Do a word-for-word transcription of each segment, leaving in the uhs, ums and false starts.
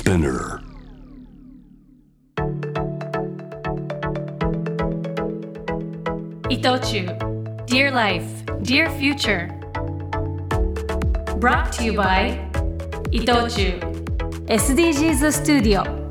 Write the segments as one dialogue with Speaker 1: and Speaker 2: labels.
Speaker 1: Spinner.
Speaker 2: Itochu, Dear Life, Dear Future. Brought to you by Itochuエスディージーズ Studio。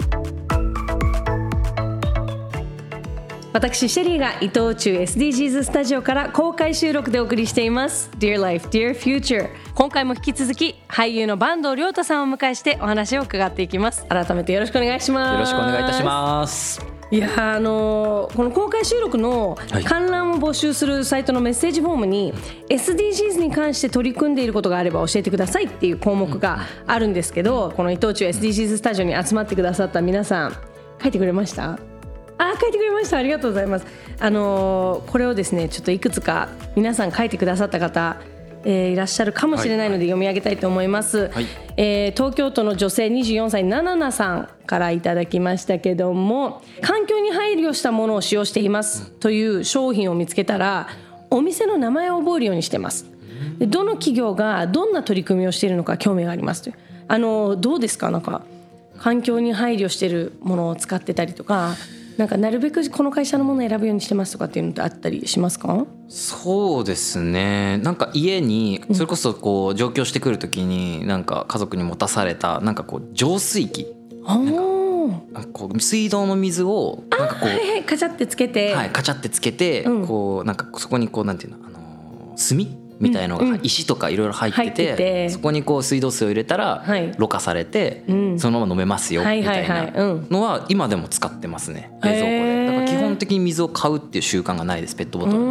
Speaker 2: 私シェリーが伊藤忠 エスディージーズ スタジオから公開収録でお送りしています Dear Life, Dear Future。 今回も引き続き俳優の坂東龍太さんをお迎えしてお話を伺っていきます。改めてよろしくお願いします。
Speaker 3: よろしくお願いいたします。
Speaker 2: いやあのー、この公開収録の観覧を募集するサイトのメッセージフォームに エスディージーズ に関して取り組んでいることがあれば教えてくださいっていう項目があるんですけど、この伊藤忠 エスディージーズ スタジオに集まってくださった皆さん書いてくれました？あ、書いてくれました。ありがとうございます。あのー、これをですねちょっといくつか皆さん書いてくださった方、えー、いらっしゃるかもしれないので読み上げたいと思います、はい、えー、東京都の女性にじゅうよんさいなななさんからいただきましたけども、環境に配慮したものを使用していますという商品を見つけたらお店の名前を覚えるようにしてます。でどの企業がどんな取り組みをしているのか興味がありますという。あのー、どうですか？なんか環境に配慮しているものを使ってたりとか、なんかなるべくこの会社のものを選ぶようにしてますとかっていうのってあったりしますか？
Speaker 3: そうですね、なんか家にそれこそこう上京してくる時になんか家族に持たされたなんかこう浄水器、なんかこう水道の水をなんかこう、
Speaker 2: はいはい、カチャってつけて、
Speaker 3: はい、カチャってつけて、うん、こうなんかそこにこうなんていうの、あの炭みたいのが、うん、石とかいろいろ入ってて、入っててそこにこう水道水を入れたら、はい、ろ過されて、うん、そのまま飲めますよみたいなのは今でも使ってますね、冷蔵庫で。だから基本的に水を買うっていう習慣がないです、ペットボトル。うん、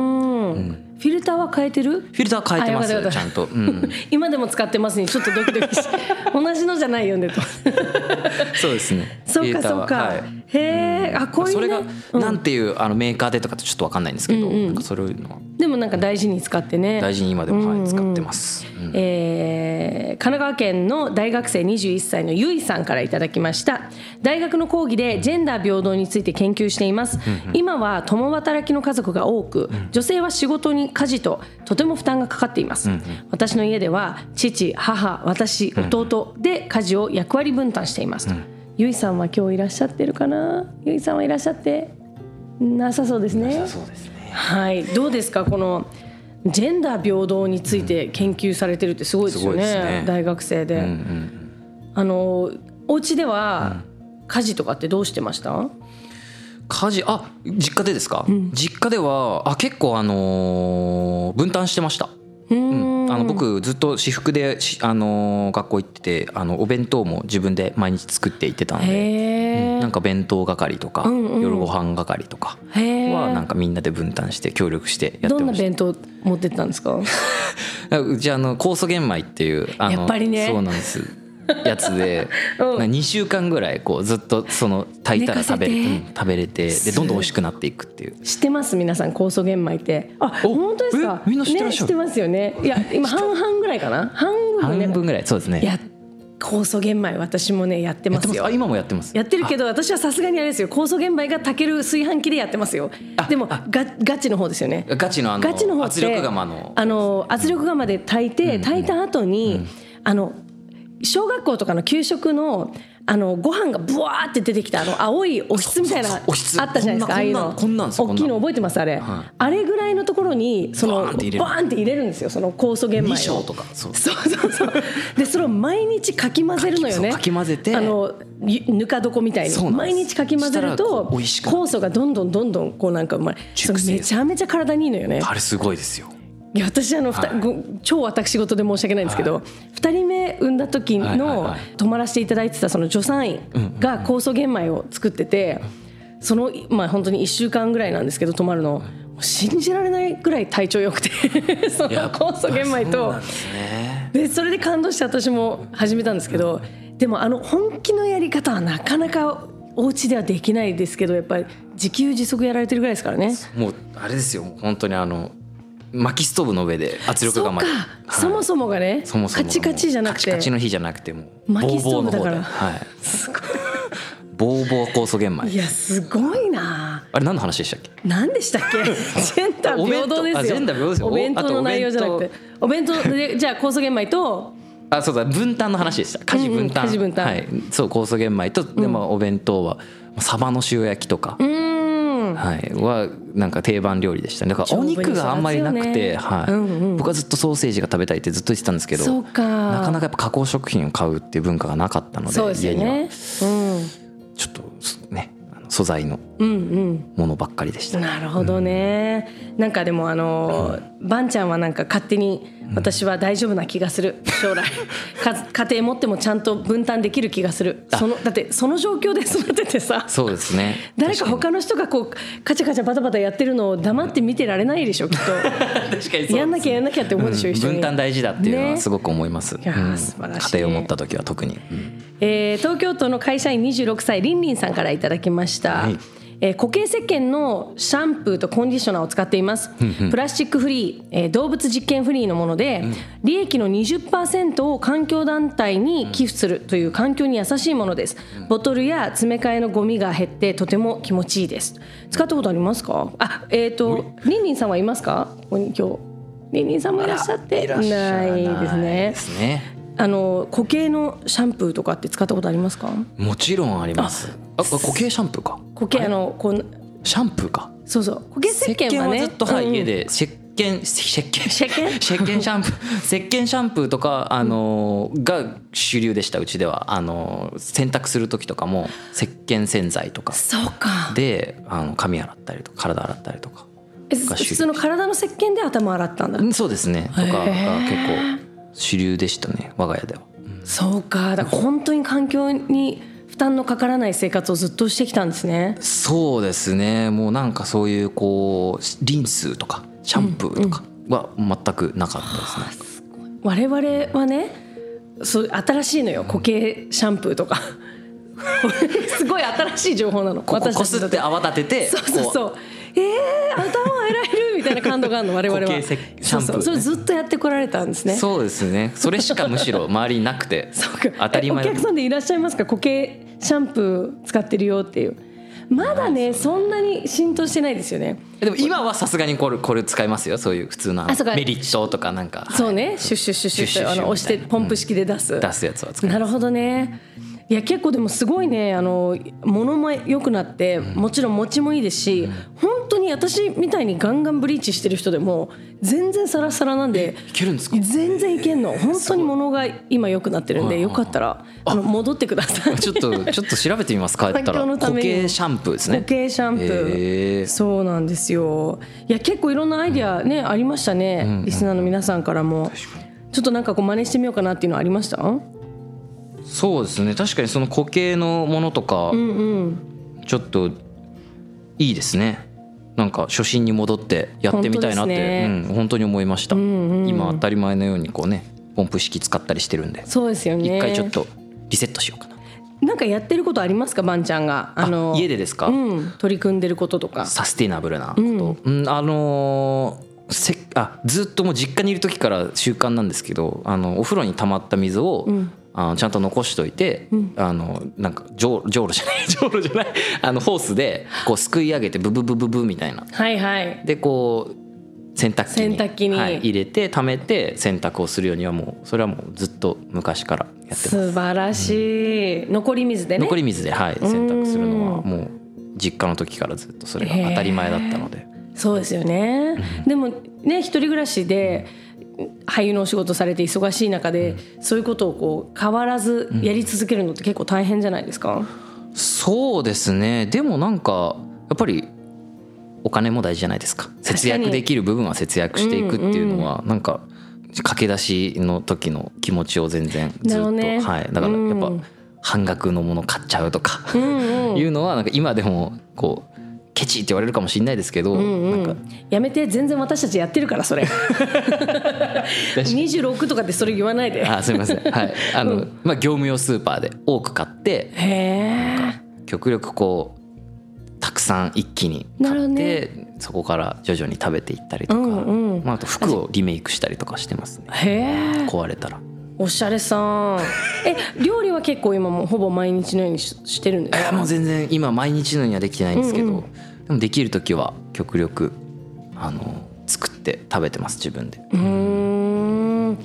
Speaker 2: うん、フィルターは変えてる？
Speaker 3: フィルターは変えてますちゃんと、うん、
Speaker 2: 今でも使ってますね。ちょっとドキドキして同じのじゃないよねと
Speaker 3: そうですね、
Speaker 2: そうかそうか、はい、へえ、あ、こういうね、
Speaker 3: それがなんていうあのメーカーでとかってちょっと分かんないんですけど、うんうん、なんかそれのは
Speaker 2: でもなんか大事に使ってね、
Speaker 3: 大事に今でも、はい、使ってます、うん、
Speaker 2: えー、神奈川県の大学生にじゅういっさいのゆいさんからいただきました。大学の講義でジェンダー平等について研究しています、うんうん、今は共働きの家族が多く、うん、女性は仕事に家事ととても負担がかかっています、うんうん、私の家では父、母、私、弟で家事を役割分担しています、うん、ゆいさんは今日いらっしゃってるかな？ゆいさんはいらっしゃってなさそうですね。
Speaker 3: なさそうですね。
Speaker 2: はい、どうですか？このジェンダー平等について研究されてるってすごいですよ ね,、うん、すごいですね、大学生で、うんうん、あのお家では家事とかってどうしてました？
Speaker 3: 家事、あ、実家でですか？うん、実家ではあ結構あのー、分担してました。うん、あの僕ずっと私服で、あのー、学校行ってて、あのお弁当も自分で毎日作って行ってたので、うん、なんか弁当係とか、うんうん、夜ご飯係とかはなんかみんなで分担して協力してやってました。
Speaker 2: どんな弁当持ってったんですか？
Speaker 3: うちあの酵素玄米っていうあの
Speaker 2: やっぱりね、
Speaker 3: そうなんですやつで、うん、にしゅうかんぐらいこうずっとその炊いたら食べれ、うん、食べれて、でどんどん美味しくなっていくっていう。
Speaker 2: 知ってます皆さん酵素玄米って？あ、本当ですか？
Speaker 3: みんな知ってらっしゃる？
Speaker 2: ね、知ってますよね。いや今半々ぐらいかな、半分ぐらい、
Speaker 3: 半分ぐらい、そうですね。
Speaker 2: いや酵素玄米私もねやってますよ。
Speaker 3: やってます。あ、今もやってます。
Speaker 2: やってるけど私はさすがにあれですよ、酵素玄米が炊ける炊飯器でやってますよ。でもガガチの方ですよね。
Speaker 3: ガチのあの
Speaker 2: ガチの方って
Speaker 3: 圧力釜の
Speaker 2: あの圧力釜で炊いて、炊いた後に、うんうん、あの小学校とかの給食のあのご飯がブワーって出てきたあの青いおひつみたいなあったじゃないですか。ああいうの大きいの覚えてます？あれ、はい、あれぐらいのところにそのバーンって入れるんですよ、その酵素玄米を。に升とかそうそうそうそうでそれを毎日かき混ぜるのよね。
Speaker 3: かき混ぜて、
Speaker 2: あのぬか床みたいに毎日かき混ぜると酵素がどんどんどんどんこうなんかめちゃめちゃ体にいいのよね。
Speaker 3: あれすごいですよ。
Speaker 2: いや私あの、はい、超私事で申し訳ないんですけど、はい、ふたりめ産んだ時の泊まらせていただいてたその助産院が酵素玄米を作ってて、そのまあ本当にいっしゅうかんぐらいなんですけど泊まるの信じられないぐらい体調良くてその酵素玄米と そ, でそれで感動して私も始めたんですけど、でもあの本気のやり方はなかなかお家ではできないですけど、やっぱり自給自足やられてるぐらいですからね。
Speaker 3: もうあれですよ、本当にあの薪ストーブの上で圧力釜で、
Speaker 2: そうか、はい、そもそもがね、そもそもカチカチじゃなくて、
Speaker 3: カチカチの火じゃなくても
Speaker 2: 薪ストーブだから、
Speaker 3: はい、
Speaker 2: すごい
Speaker 3: ボーボー酵素玄米。
Speaker 2: いやすごいな。
Speaker 3: あれ何の話でしたっけ？
Speaker 2: 何でしたっけ？ジェンダー平等ですよ。
Speaker 3: ジェンダー平等ですよ。
Speaker 2: お弁当の内容じゃなくてお弁当でじゃあ酵素玄米と
Speaker 3: あそうだ分担の話でした。家事分担、
Speaker 2: うんうん、家事分担、
Speaker 3: はい、そう酵素玄米と、でもお弁当はサバの塩焼きとか、
Speaker 2: うん
Speaker 3: はい、はなんか定番料理でしたね。だからお肉があんまりなくて、はい、うんうん、僕はずっとソーセージが食べたいってずっと言ってたんですけど、
Speaker 2: そうか、
Speaker 3: なかなかやっぱ加工食品を買うっていう文化がなかったので、
Speaker 2: そうですよね、
Speaker 3: 家には、
Speaker 2: うん、
Speaker 3: ちょっとね素材のものばっかりでした、
Speaker 2: うんうん、なるほどね、うん、なんかでもあの、うん、バンちゃんはなんか勝手に私は大丈夫な気がする、将来家庭持ってもちゃんと分担できる気がする。そのだってその状況で育ててさ、
Speaker 3: そうですね、
Speaker 2: 誰か他の人がこうカチャカチャバタバタやってるのを黙って見てられないでしょきっと確かにそうです、やんなきゃやんなきゃって思うでしょ、うん、一緒に
Speaker 3: 分担大事だっていうのはすごく思います、ね、
Speaker 2: いや素晴らしい、
Speaker 3: 家庭を持った時は特に、うん、
Speaker 2: えー、東京都の会社員にじゅうろくさいりんりんさんからいただきました、はい、えー、固形石鹸のシャンプーとコンディショナーを使っています。プラスチックフリー、えー、動物実験フリーのもので、利益の にじゅっパーセント を環境団体に寄付するという環境に優しいものです。ボトルや詰め替えのゴミが減ってとても気持ちいいです。使ったことありますか？あ、えっとりんりんさんはいますか？ここに今日りんりんさんもいらっしゃってないですね。ですね。あの固形のシャンプーとかって使ったことありますか？
Speaker 3: もちろんあります。あ、固形シャンプーか。
Speaker 2: 固形あのこう
Speaker 3: シャンプーか。
Speaker 2: そうそう。固形石鹸はね。
Speaker 3: 石鹸はずっと、はい、うん、家で石鹸石鹸石鹸石鹸シャンプー石鹸シャンプーとかあのー、が主流でした。うちではあのー、洗濯する時とかも石鹸洗剤とか。
Speaker 2: そうか。
Speaker 3: であの髪洗ったりとか体洗ったりとか。
Speaker 2: 普通の体の石鹸で頭洗ったんだ。
Speaker 3: うん、そうですね。とかが結構主流でしたね、我が家では、
Speaker 2: うん、そうか。だから本当に環境に負担のかからない生活をずっとしてきたんですね。
Speaker 3: そうですね。もうなんかそういうこうリンスとかシャンプーとかは全くなかったですね、
Speaker 2: うんうん、我々はね、そう新しいのよ、固形シャンプーとかすごい新しい情報なの。
Speaker 3: こここすって泡立てて、
Speaker 2: そうそうそう、えー、頭洗えるみたいな感動があるの我々は。
Speaker 3: 固形シャンプー、ね、
Speaker 2: そうそう、それずっとやってこられたんですね。
Speaker 3: そうですね。それしかむしろ周りになくて当たり前。
Speaker 2: お客さんでいらっしゃいますか？固形シャンプー使ってるよっていう。まだねそんなに浸透してないですよね。
Speaker 3: でも今はさすがにこれこれ使いますよ。そういう普通のメリットとかなんか、
Speaker 2: そうね、シュッシュッシュッシュッシュッあの押してポンプ式で出す、
Speaker 3: うん、出すやつは使います。
Speaker 2: なるほどね。いや結構でもすごいね、あの物も良くなってもちろん持ちもいいですし、うん、本当に私みたいにガンガンブリーチしてる人でも全然サラサラなんで。
Speaker 3: いけるんですか？
Speaker 2: 全然いけんの。本当に物が今良くなってるんで、よかったらあの戻ってください。
Speaker 3: ちょっとちょっと調べてみます。帰ったら固形シャンプーですね。
Speaker 2: 固形シャンプー、そうなんですよ。いや結構いろんなアイデアね、うん、ありましたね、うんうん、リスナーの皆さんからも。ちょっとなんかこう真似してみようかなっていうのはありました？
Speaker 3: そうですね。確かにその固形のものとか、うんうん、ちょっといいですね。なんか初心に戻ってやってみたいなって、ね、うん、本当に思いました、うんうん、今当たり前のようにこうねポンプ式使ったりしてるんで。
Speaker 2: そうですよね。
Speaker 3: 一回ちょっとリセットしようかな。
Speaker 2: なんかやってることありますか？バンちゃんがあの
Speaker 3: あ家でですか、
Speaker 2: うん、取り組んでることとか。
Speaker 3: サスティナブルなこと、うんうん、あのー、せあずっともう実家にいる時から習慣なんですけど、あのお風呂に溜まった水を、うん、あのちゃんと残しといて、うん、あのなんかじょうろじゃないじょうろじゃないあのホースでこうすくい上げてブブブブブみたいな、
Speaker 2: はいはい、
Speaker 3: でこう洗濯機に、
Speaker 2: 洗濯機に、
Speaker 3: はい、入れて溜めて洗濯をするようにはもうそれはもうずっと昔からやってます。
Speaker 2: 素晴らしい、うん、残り水でね。残
Speaker 3: り水で、はい、洗濯するのはもう実家の時からずっとそれが当たり前だったので。
Speaker 2: そうですよね、うん、でもね一人暮らしで俳優のお仕事されて忙しい中で、うん、そういうことをこう変わらずやり続けるのって結構大変じゃないですか？
Speaker 3: うん、そうですね。でもなんかやっぱりお金も大事じゃないですか。節約できる部分は節約していくっていうのは、うんうん、なんか駆け出しの時の気持ちを全然ずっと、ね、はい、だからやっぱ半額のもの買っちゃうとか、うんうん、いうのはなんか今でもこうケチって言われるかもしれないですけど、うんうん、なんか
Speaker 2: やめて、全然私たちやってるからそれにじゅうろくとかでそれ言わないで。
Speaker 3: あ、すみません、はい、あの、うん、まあ、業務用スーパーで多く買って、へなんか極力こうたくさん一気に買って、ね、そこから徐々に食べていったりとか、うんうん、まあ、あと服をリメイクしたりとかしてますね。へ壊れたら。
Speaker 2: おしゃれさん。え料理は結構今もうほぼ毎日のように し, してるんですか？
Speaker 3: えもう全然今毎日のようにはできてないんですけど、うんうん、でもできる時は極力あの作って食べてます自分で。
Speaker 2: うーん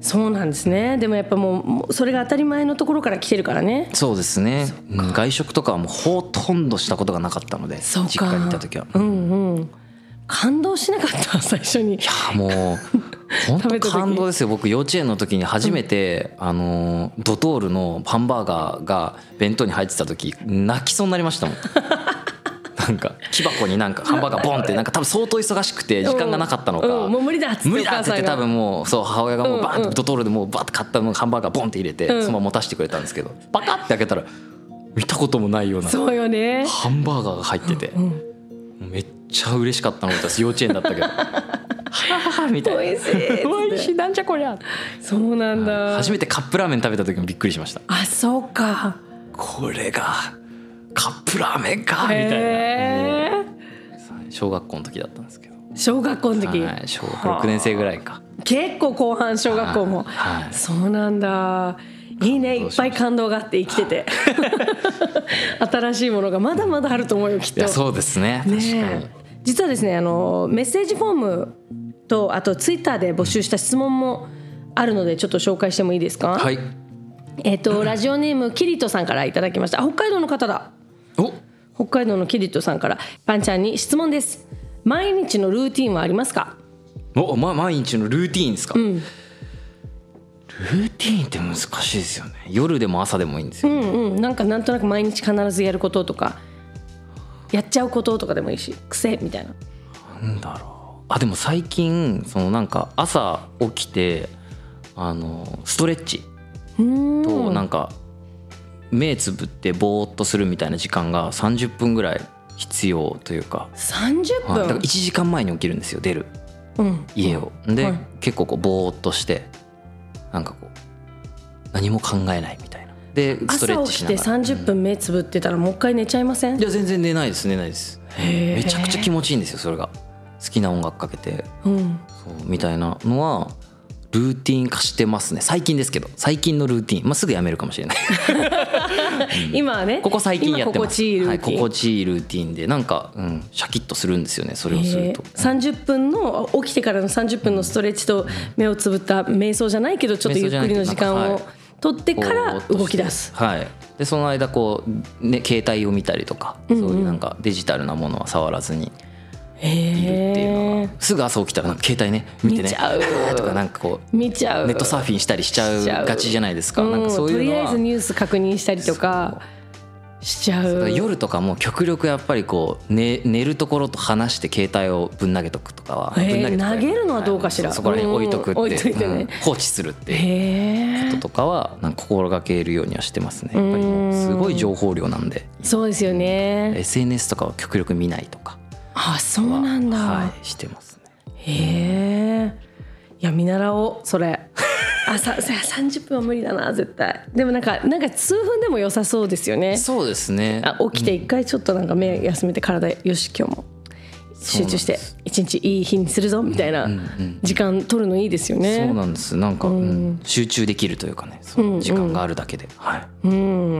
Speaker 2: そうなんですね。でもやっぱもうそれが当たり前のところから来てるからね。
Speaker 3: そうですね、うん、外食とかはもうほとんどしたことがなかったので、実家にいた時は、
Speaker 2: うんうん、感動しなかった最初に。い
Speaker 3: やもう本当感動ですよ。僕幼稚園の時に初めて、うん、あのドトールのハンバーガーが弁当に入ってた時泣きそうになりましたもんなんか木箱になんかハンバーガーボンってなんか多分相当忙しくて時間がなかったのか、
Speaker 2: うんうん、もう無理だっつって
Speaker 3: 無理だって言って多分もうそう母親がもうバーンとドトールでもうバーッと買ったのハンバーガーボンって入れてそのまま持たせてくれたんですけど、パカッて開けたら見たこともないような
Speaker 2: そうよね
Speaker 3: ハンバーガーが入ってて、うんうん、めっちゃ嬉しかったの私幼稚園だったけどははみたいな、
Speaker 2: おいしい
Speaker 3: おいしいなんじゃこりゃ。
Speaker 2: そうなんだ。
Speaker 3: 初めてカップラーメン食べた時もびっくりしました。
Speaker 2: あ、そうか、
Speaker 3: これがカップラーメンかみたいな、うん、小学校の時だったんですけど。
Speaker 2: 小学校の時、
Speaker 3: はい、小学ろくねん生ぐらいか。
Speaker 2: 結構後半小学校も、はいはい、そうなんだ。いいね、いっぱい感動があって生きてて新しいものがまだまだあると思うよきっと。
Speaker 3: いやそうですね、確かに。
Speaker 2: 実はですね、あのメッセージフォームとあとツイッターで募集した質問もあるのでちょっと紹介してもいいですか。
Speaker 3: はい。
Speaker 2: えっとラジオネームキリトさんからいただきました。あ、北海道の方だ。
Speaker 3: お、
Speaker 2: 北海道のキリトさんから、パンちゃんに質問です。毎日のルーティンはありますか。
Speaker 3: お、ま、毎日のルーティンですか、うん、ルーティンって難しいですよね。夜でも朝でもいいんですよ、ね、うん
Speaker 2: うん、なんかなんとなく毎日必ずやることとかやっちゃうこととかでもいいし、癖みたいな。
Speaker 3: なんだろう。あ、でも最近そのなんか朝起きてあのストレッチとなんか目つぶってぼーっとするみたいな時間がさんじゅっぷんぐらい必要というか。
Speaker 2: さんじゅっぷん、
Speaker 3: はい、だからいちじかんまえに起きるんですよ、出る、うん、家をで、はい、結構こうぼーっとしてなんかこう何も考えないみたいなでストレッチしながら。朝起きてさんじゅっぷん目つぶってたらもう一回寝ちゃいません。いや全然寝ないです寝ないです。めちゃくちゃ気持ちいいんですよそれが。好きな音楽かけて、うん、そうみたいなのはルーティン化してますね。最近ですけど、最近のルーティン、まあ、すぐやめるかもしれない、
Speaker 2: うん、今はね、
Speaker 3: ここ最近やってます。
Speaker 2: 心地いいルーティン、はい、
Speaker 3: 心地いいルーティンでなんか、うん、シャキッとするんですよねそれをすると。
Speaker 2: さんじゅっぷんの起きてからのさんじゅっぷんのストレッチと目をつぶった瞑想じゃないけどちょっとゆっくりの時間を取ってから動き出す。
Speaker 3: はい、でその間こう、ね、携帯を見たりとか、うんうん、そういうなんかデジタルなものは触らずにいるっていうのが。すぐ朝起きたらなんか携帯ね見てね
Speaker 2: 見ちゃう
Speaker 3: とかなんかこう
Speaker 2: 見ちゃう
Speaker 3: ネットサーフィンしたりしちゃうがちじゃないですか。なんかそういうのは
Speaker 2: とりあえずニュース確認したりとかしちゃう。
Speaker 3: 夜とかも極力やっぱりこう、ね、寝るところと離して携帯をぶん投げとくとかは、
Speaker 2: ぶん投げとく、投げるのはどうかしら、
Speaker 3: はい、そこら辺置いとくって、
Speaker 2: 置いといてね、うん、
Speaker 3: 放置するっていうこととかはなんか心がけるようにはしてますね。やっぱりもうすごい情報量なんで。
Speaker 2: そうですよね。
Speaker 3: エスエヌエス とかは極力見ないとか。
Speaker 2: あ、そうなんだ。
Speaker 3: はい、してますね。
Speaker 2: へえ。いや見習おうそれ。あ、ささんじゅっぷんは無理だな絶対。でもなんかなんか数分でも良さそうですよね。
Speaker 3: そうですね。
Speaker 2: あ、起きて一回ちょっとなんか目休めて体よし今日も集中して一日いい日にするぞみたいな時間取るのいいですよね。
Speaker 3: そうなんです。なんか、うん、集中できるというかね、その時間があるだけで、うんうん、はい。うん。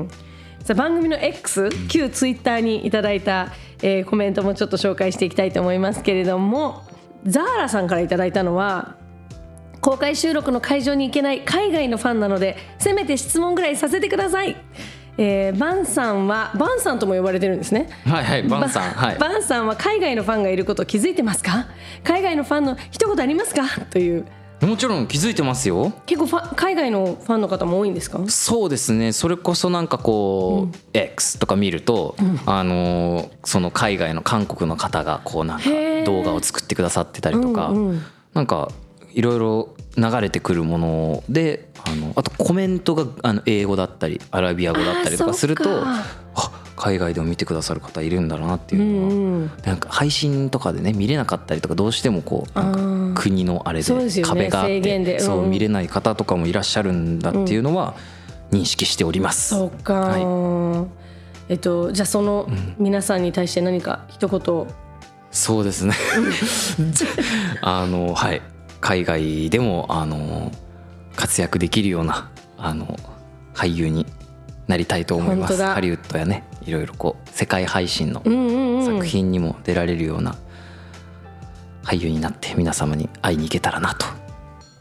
Speaker 2: さあ番組の X、旧ツイッターにいただいた、えー、コメントもちょっと紹介していきたいと思いますけれども、ザーラさんからいただいたのは、公開収録の会場に行けない海外のファンなのでせめて質問ぐらいさせてください。えー、バンさんはバンさんとも呼ばれてるんですね。
Speaker 3: はいはい、バンさん、はい、
Speaker 2: バンさんは海外のファンがいること気づいてますか。海外のファンの一言ありますかという。
Speaker 3: もちろん気づいてますよ。
Speaker 2: 結構ファ海外のファンの方も多いんですか。
Speaker 3: そうですね。それこそなんかこう、うん、X とか見ると、うん、あのその海外の韓国の方がこうなんか動画を作ってくださってたりとか、うんうん、なんかいろいろ流れてくるもので、あのあとコメントがあの英語だったりアラビア語だったりとかすると、あ、海外でも見てくださる方いるんだなっていうのは、うんうん、なんか配信とかでね見れなかったりとか、どうしてもこうなんか国のあれで壁があって、そう、ね、そう見れない方とかもいらっしゃるんだっていうのは認識しております。
Speaker 2: そうか、はい、えっと、じゃあその皆さんに対して何か一言、うん、
Speaker 3: そうですねあの、はい、海外でもあの活躍できるようなあの俳優になりたいと思います。ハリウッドやね、いろいろこう世界配信の作品にも出られるような俳優になって皆様に会いに行けたらなと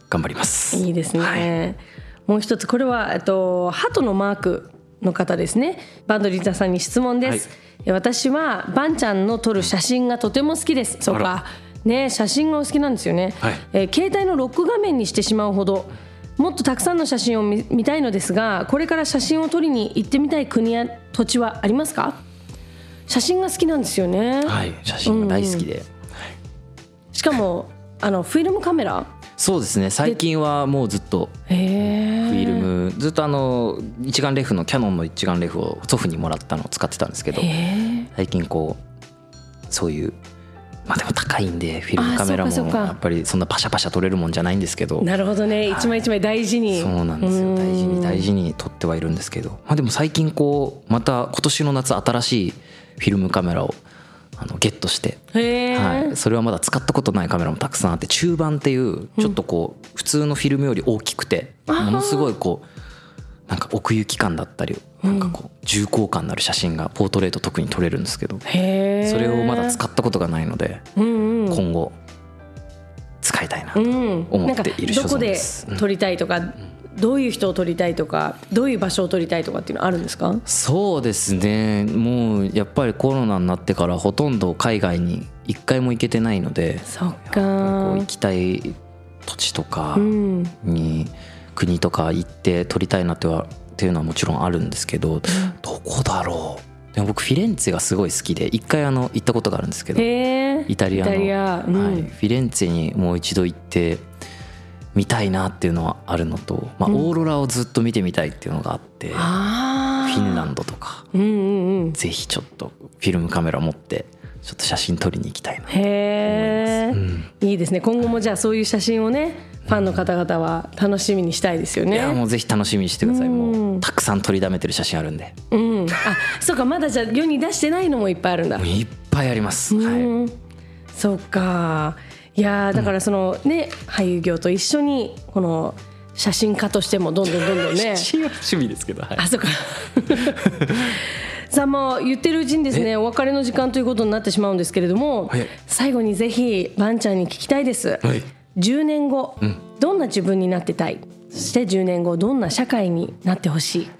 Speaker 3: 頑張ります。
Speaker 2: いいですね、はい、もう一つこれは、えっと、鳩のマークの方ですね。バンドリーザさんに質問です、はい、私はバンちゃんの撮る写真がとても好きです。そうか、ね、写真がお好きなんですよね、はい、えー、携帯のロック画面にしてしまうほどもっとたくさんの写真を 見, 見たいのですが、これから写真を撮りに行ってみたい国や土地はありますか？写真が好きなんですよね。
Speaker 3: はい、写真が大好きで、うん、
Speaker 2: しかもあのフィルムカメラ。
Speaker 3: そうですね、最近はもうずっとフィルムずっとあの一眼レフのキヤノンの一眼レフを祖父にもらったのを使ってたんですけど、最近こうそういう、まあでも高いんでフィルムカメラもやっぱりそんなパシャパシャ撮れるもんじゃないんですけど。
Speaker 2: なるほどね、一枚一枚大事に。
Speaker 3: そうなんですよ、大事に大事に撮ってはいるんですけど、まあでも最近こうまた今年の夏新しいフィルムカメラをあのゲットして、はい、それはまだ使ったことないカメラもたくさんあって、中盤っていうちょっとこう普通のフィルムより大きくてものすごいこうなんか奥行き感だったりなんかこう重厚感のある写真がポートレート特に撮れるんですけど、それをまだ使ったことがないので今後使いたいなと思っている所存です。
Speaker 2: どこで撮りたいとか、どういう人を撮りたいとか、どういう場所を撮りたいとかっていうのはあるんですか？
Speaker 3: そうですね、もうやっぱりコロナになってからほとんど海外に一回も行けてないので、
Speaker 2: そっか、
Speaker 3: こう行きたい土地とかに、うん、国とか行って撮りたいなってはっていうのはもちろんあるんですけど、うん、どこだろう。でも僕フィレンツェがすごい好きで一回あの行ったことがあるんですけど、イタリアの、うん、はい、フィレンツェにもう一度行って見たいなっていうのはあるのと、まあ、オーロラをずっと見てみたいっていうのがあって、うん、フィンランドとか、うんうんうん、ぜひちょっとフィルムカメラ持ってちょっと写真撮りに行きたいなと思います。
Speaker 2: へー、うん、いいですね。今後もじゃあそういう写真をね、ファンの方々は楽しみにしたいですよね。
Speaker 3: いやもうぜひ楽しみにしてください、うん、もうたくさん撮りだめてる写真あるんで、
Speaker 2: うん、あ、そうか、まだじゃあ世に出してないのもいっぱいあるんだ。
Speaker 3: いっぱいあります、うん、はい、
Speaker 2: そうか。いやだからそのね、うん、俳優業と一緒にこの写真家としてもどんどんどんどんね
Speaker 3: 写真は趣味ですけど、はい、
Speaker 2: あ、そうかさあ、もう言ってるうちにですね、お別れの時間ということになってしまうんですけれども、はい、最後にぜひバンちゃんに聞きたいです、はい、じゅうねんご、うん、どんな自分になってたい、そしてじゅうねんごどんな社会になってほしい。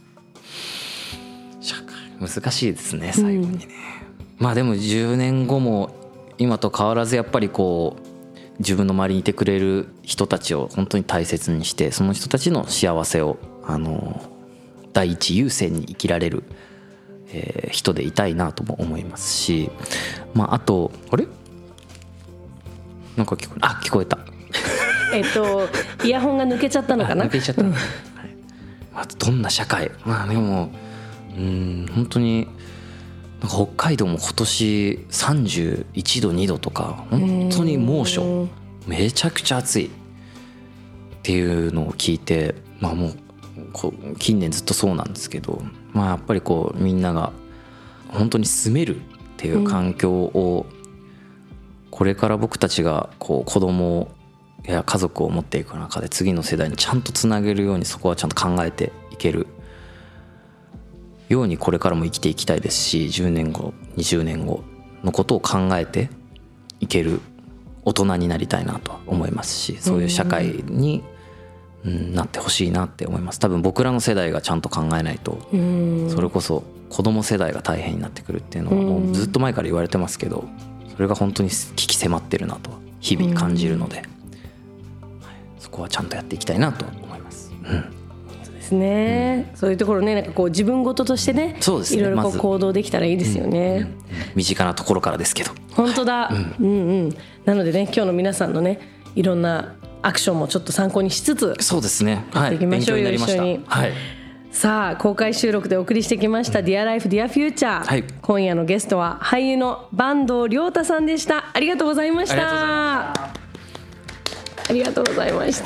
Speaker 3: 社会難しいですね、最後にね、うん、まあでもじゅうねんごも今と変わらずやっぱりこう自分の周りにいてくれる人たちを本当に大切にして、その人たちの幸せをあの第一優先に生きられる、えー、人でいたいなとも思いますし、まああとあれなんか聞こえあ聞こえた
Speaker 2: えっとイヤホンが抜けちゃったのかな。
Speaker 3: 抜けちゃった、はい、まあ、どんな社会、まあでもうーん本当になんか北海道も今年さんじゅういちどにどとか本当に猛暑、めちゃくちゃ暑いっていうのを聞いて、まあもうこう近年ずっとそうなんですけど、まあやっぱりこうみんなが本当に住めるっていう環境をこれから僕たちがこう子供や家族を持っていく中で次の世代にちゃんとつなげるように、そこはちゃんと考えていけるようにこれからも生きていきたいですし、じゅうねんごにじゅうねんごのことを考えていける大人になりたいなと思いますし、そういう社会になってほしいなって思います。多分僕らの世代がちゃんと考えないと、それこそ子供世代が大変になってくるっていうのはもうずっと前から言われてますけど、それが本当に危機迫ってるなと日々感じるので、そこはちゃんとやっていきたいなと思います。うん、
Speaker 2: ですね、うん、そういうところね、なんかこう自分事としてね、そうですね、いろいろこう行動できたらいいですよね、うんうん、
Speaker 3: 身近なところからですけど。
Speaker 2: 本当だ、うん、うんうん。なのでね、今日の皆さんのね、いろんなアクションもちょっと参考にしつつ、
Speaker 3: そうですね、
Speaker 2: やっていきましょうよ、
Speaker 3: はい、
Speaker 2: 一緒に、
Speaker 3: はい、
Speaker 2: さあ公開収録でお送りしてきました、うん、Dear Life Dear Future、はい、今夜のゲストは俳優の坂東龍太さんでした。ありがとうございました。ありがとうございました。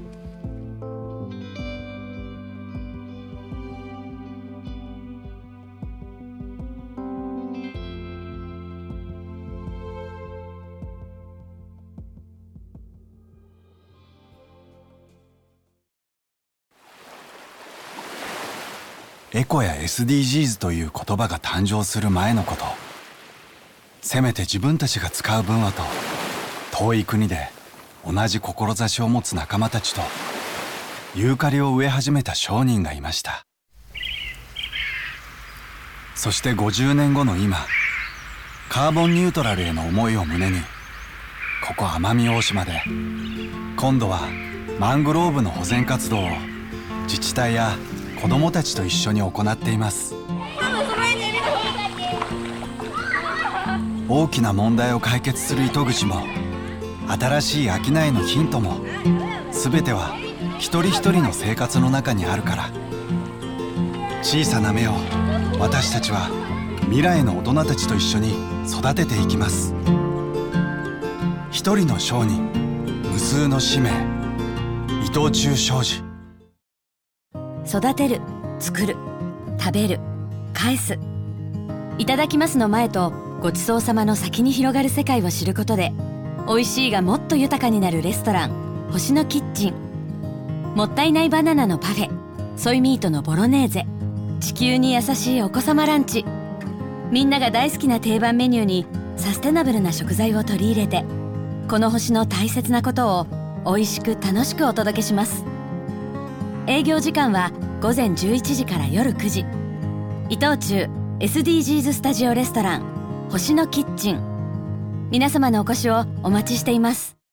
Speaker 1: エコや エスディージーズ という言葉が誕生する前のこと、せめて自分たちが使う分はと遠い国で同じ志を持つ仲間たちとユーカリを植え始めた商人がいました。そしてごじゅうねんごの今、カーボンニュートラルへの思いを胸に、ここ奄美大島で今度はマングローブの保全活動を自治体や子どもたちと一緒に行っています。大きな問題を解決する糸口も新しい商いのヒントも、全ては一人一人の生活の中にあるから。小さな芽を私たちは未来の大人たちと一緒に育てていきます。一人の商人、無数の使命、伊藤忠商事。
Speaker 4: 育てる、作る、食べる、返す。いただきますの前とごちそうさまの先に広がる世界を知ることで、美味しいがもっと豊かになるレストラン、星のキッチン。もったいないバナナのパフェ、ソイミートのボロネーゼ、地球に優しいお子様ランチ。みんなが大好きな定番メニューにサステナブルな食材を取り入れて、この星の大切なことを美味しく楽しくお届けします。営業時間はごぜんじゅういちじから夜くじ。伊藤忠 エスディージーズ スタジオレストラン星のキッチン。皆様のお越しをお待ちしています。